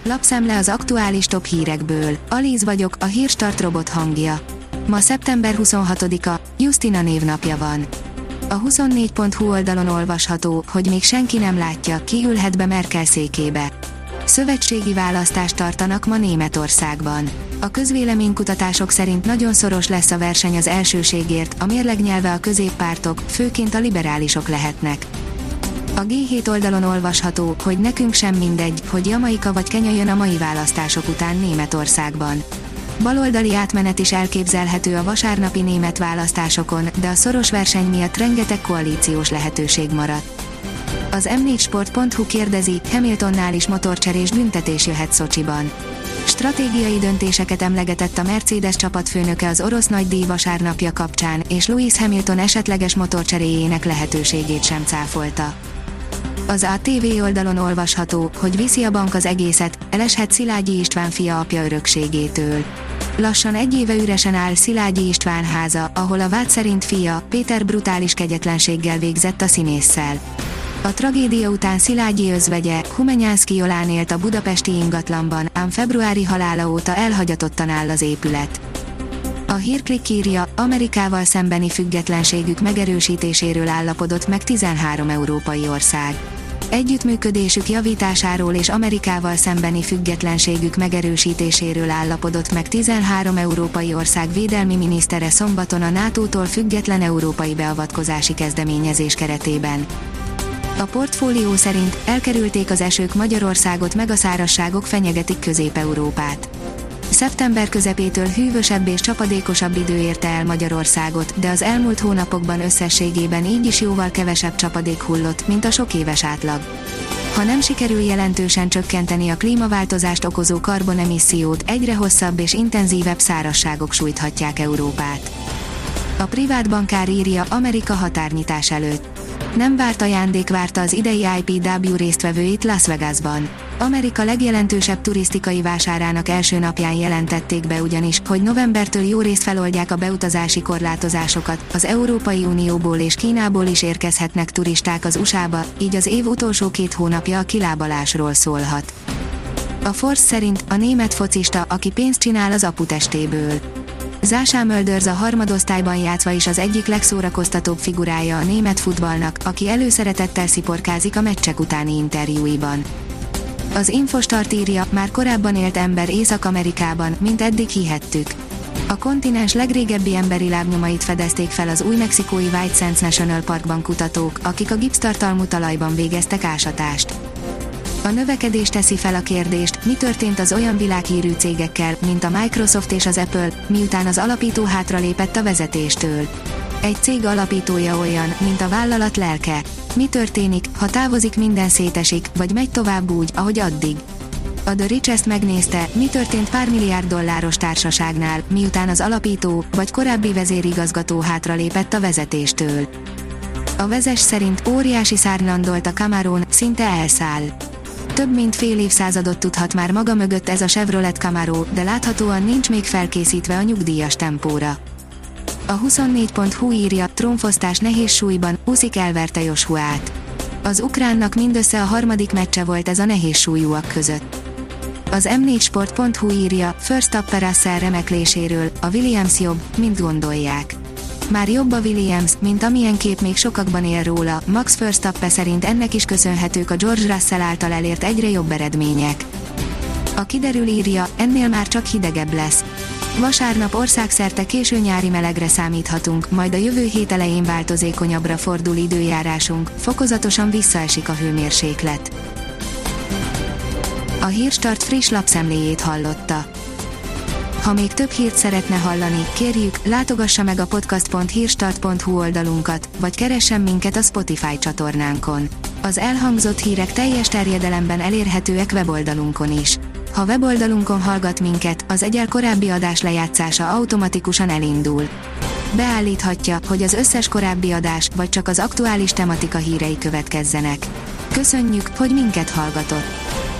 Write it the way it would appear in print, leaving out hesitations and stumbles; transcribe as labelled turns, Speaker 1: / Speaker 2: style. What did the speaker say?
Speaker 1: Lapszemle az aktuális top hírekből. Alíz vagyok, a Hírstart robot hangja. Ma szeptember 26-a, Justina névnapja van. A 24.hu oldalon olvasható, hogy még senki nem látja, ki ülhet be Merkel székébe. Szövetségi választást tartanak ma Németországban. A közvéleménykutatások szerint nagyon szoros lesz a verseny az elsőségért, a mérleg nyelve a középpártok, főként a liberálisok lehetnek. A G7 oldalon olvasható, hogy nekünk sem mindegy, hogy Jamaika vagy Kenya jön a mai választások után Németországban. Baloldali átmenet is elképzelhető a vasárnapi német választásokon, de a szoros verseny miatt rengeteg koalíciós lehetőség maradt. Az m4sport.hu kérdezi, Hamiltonnál is motorcserés büntetés jöhet Szocsiban. Stratégiai döntéseket emlegetett a Mercedes csapatfőnöke az orosz nagydíj vasárnapja kapcsán, és Lewis Hamilton esetleges motorcseréjének lehetőségét sem cáfolta. Az ATV oldalon olvasható, hogy viszi a bank az egészet, eleshet Szilágyi István fia apja örökségétől. Lassan egy éve üresen áll Szilágyi István háza, ahol a vád szerint fia, Péter brutális kegyetlenséggel végzett a színésszel. A tragédia után Szilágyi özvegye, Humenyánszky Jolán élt a budapesti ingatlanban, ám februári halála óta elhagyatottan áll az épület. A Hírklikk írja, Amerikával szembeni függetlenségük megerősítéséről állapodott meg 13 európai ország. Együttműködésük javításáról és Amerikával szembeni függetlenségük megerősítéséről állapodott meg 13 európai ország védelmi minisztere szombaton a NATO-tól független európai beavatkozási kezdeményezés keretében. A portfólió szerint elkerülték az esők Magyarországot, meg a szárazságok fenyegetik Közép-Európát. Szeptember közepétől hűvösebb és csapadékosabb idő érte el Magyarországot, de az elmúlt hónapokban összességében így is jóval kevesebb csapadék hullott, mint a sok éves átlag. Ha nem sikerül jelentősen csökkenteni a klímaváltozást okozó karbonemissziót, egyre hosszabb és intenzívebb szárazságok sújthatják Európát. A privát bankár írja, Amerika határnyitás előtt. Nem várt ajándék várta az idei IPW résztvevőit Las Vegasban. Amerika legjelentősebb turisztikai vásárának első napján jelentették be ugyanis, hogy novembertől jórészt feloldják a beutazási korlátozásokat, az Európai Unióból és Kínából is érkezhetnek turisták az USA-ba, így az év utolsó 2 hónapja a kilábalásról szólhat. A Force szerint a német focista, aki pénzt csinál az aputestéből. Sascha Mölders a harmadosztályban játszva is az egyik legszórakoztatóbb figurája a német futballnak, aki előszeretettel sziporkázik a meccsek utáni interjúiban. Az Infostart írja, már korábban élt ember Észak-Amerikában, mint eddig hihettük. A kontinens legrégebbi emberi lábnyomait fedezték fel az új-mexikói White Sands National Parkban kutatók, akik a gipsztartalmú talajban végeztek ásatást. A növekedés teszi fel a kérdést, mi történt az olyan világhírű cégekkel, mint a Microsoft és az Apple, miután az alapító hátralépett a vezetéstől. Egy cég alapítója olyan, mint a vállalat lelke. Mi történik, ha távozik, minden szétesik, vagy megy tovább úgy, ahogy addig? A The Richest megnézte, mi történt pár milliárd dolláros társaságnál, miután az alapító, vagy korábbi vezérigazgató hátralépett a vezetéstől. A Vezes szerint óriási szárny landolt a Camaro-n, szinte elszáll. Több mint fél évszázadot tudhat már maga mögött ez a Chevrolet Camaro, de láthatóan nincs még felkészítve a nyugdíjas tempóra. A 24.hu írja, trónfosztás nehéz súlyban, Usyk elverte Joshuát. Az ukránnak mindössze a harmadik meccse volt ez a nehéz súlyúak között. Az m4sport.hu írja, Verstappen-Russell remekléséről, a Williams jobb, mint gondolják. Már jobb a Williams, mint amilyen kép még sokakban él róla, Max Verstappen szerint ennek is köszönhetők a George Russell által elért egyre jobb eredmények. A Kiderül írja, ennél már csak hidegebb lesz. Vasárnap országszerte késő nyári melegre számíthatunk, majd a jövő hét elején változékonyabbra fordul időjárásunk, fokozatosan visszaesik a hőmérséklet. A Hírstart friss lapszemléjét hallotta. Ha még több hírt szeretne hallani, kérjük, látogassa meg a podcast.hírstart.hu oldalunkat, vagy keressen minket a Spotify csatornánkon. Az elhangzott hírek teljes terjedelemben elérhetőek weboldalunkon is. Ha weboldalunkon hallgat minket, az egyel korábbi adás lejátszása automatikusan elindul. Beállíthatja, hogy az összes korábbi adás, vagy csak az aktuális tematika hírei következzenek. Köszönjük, hogy minket hallgatott!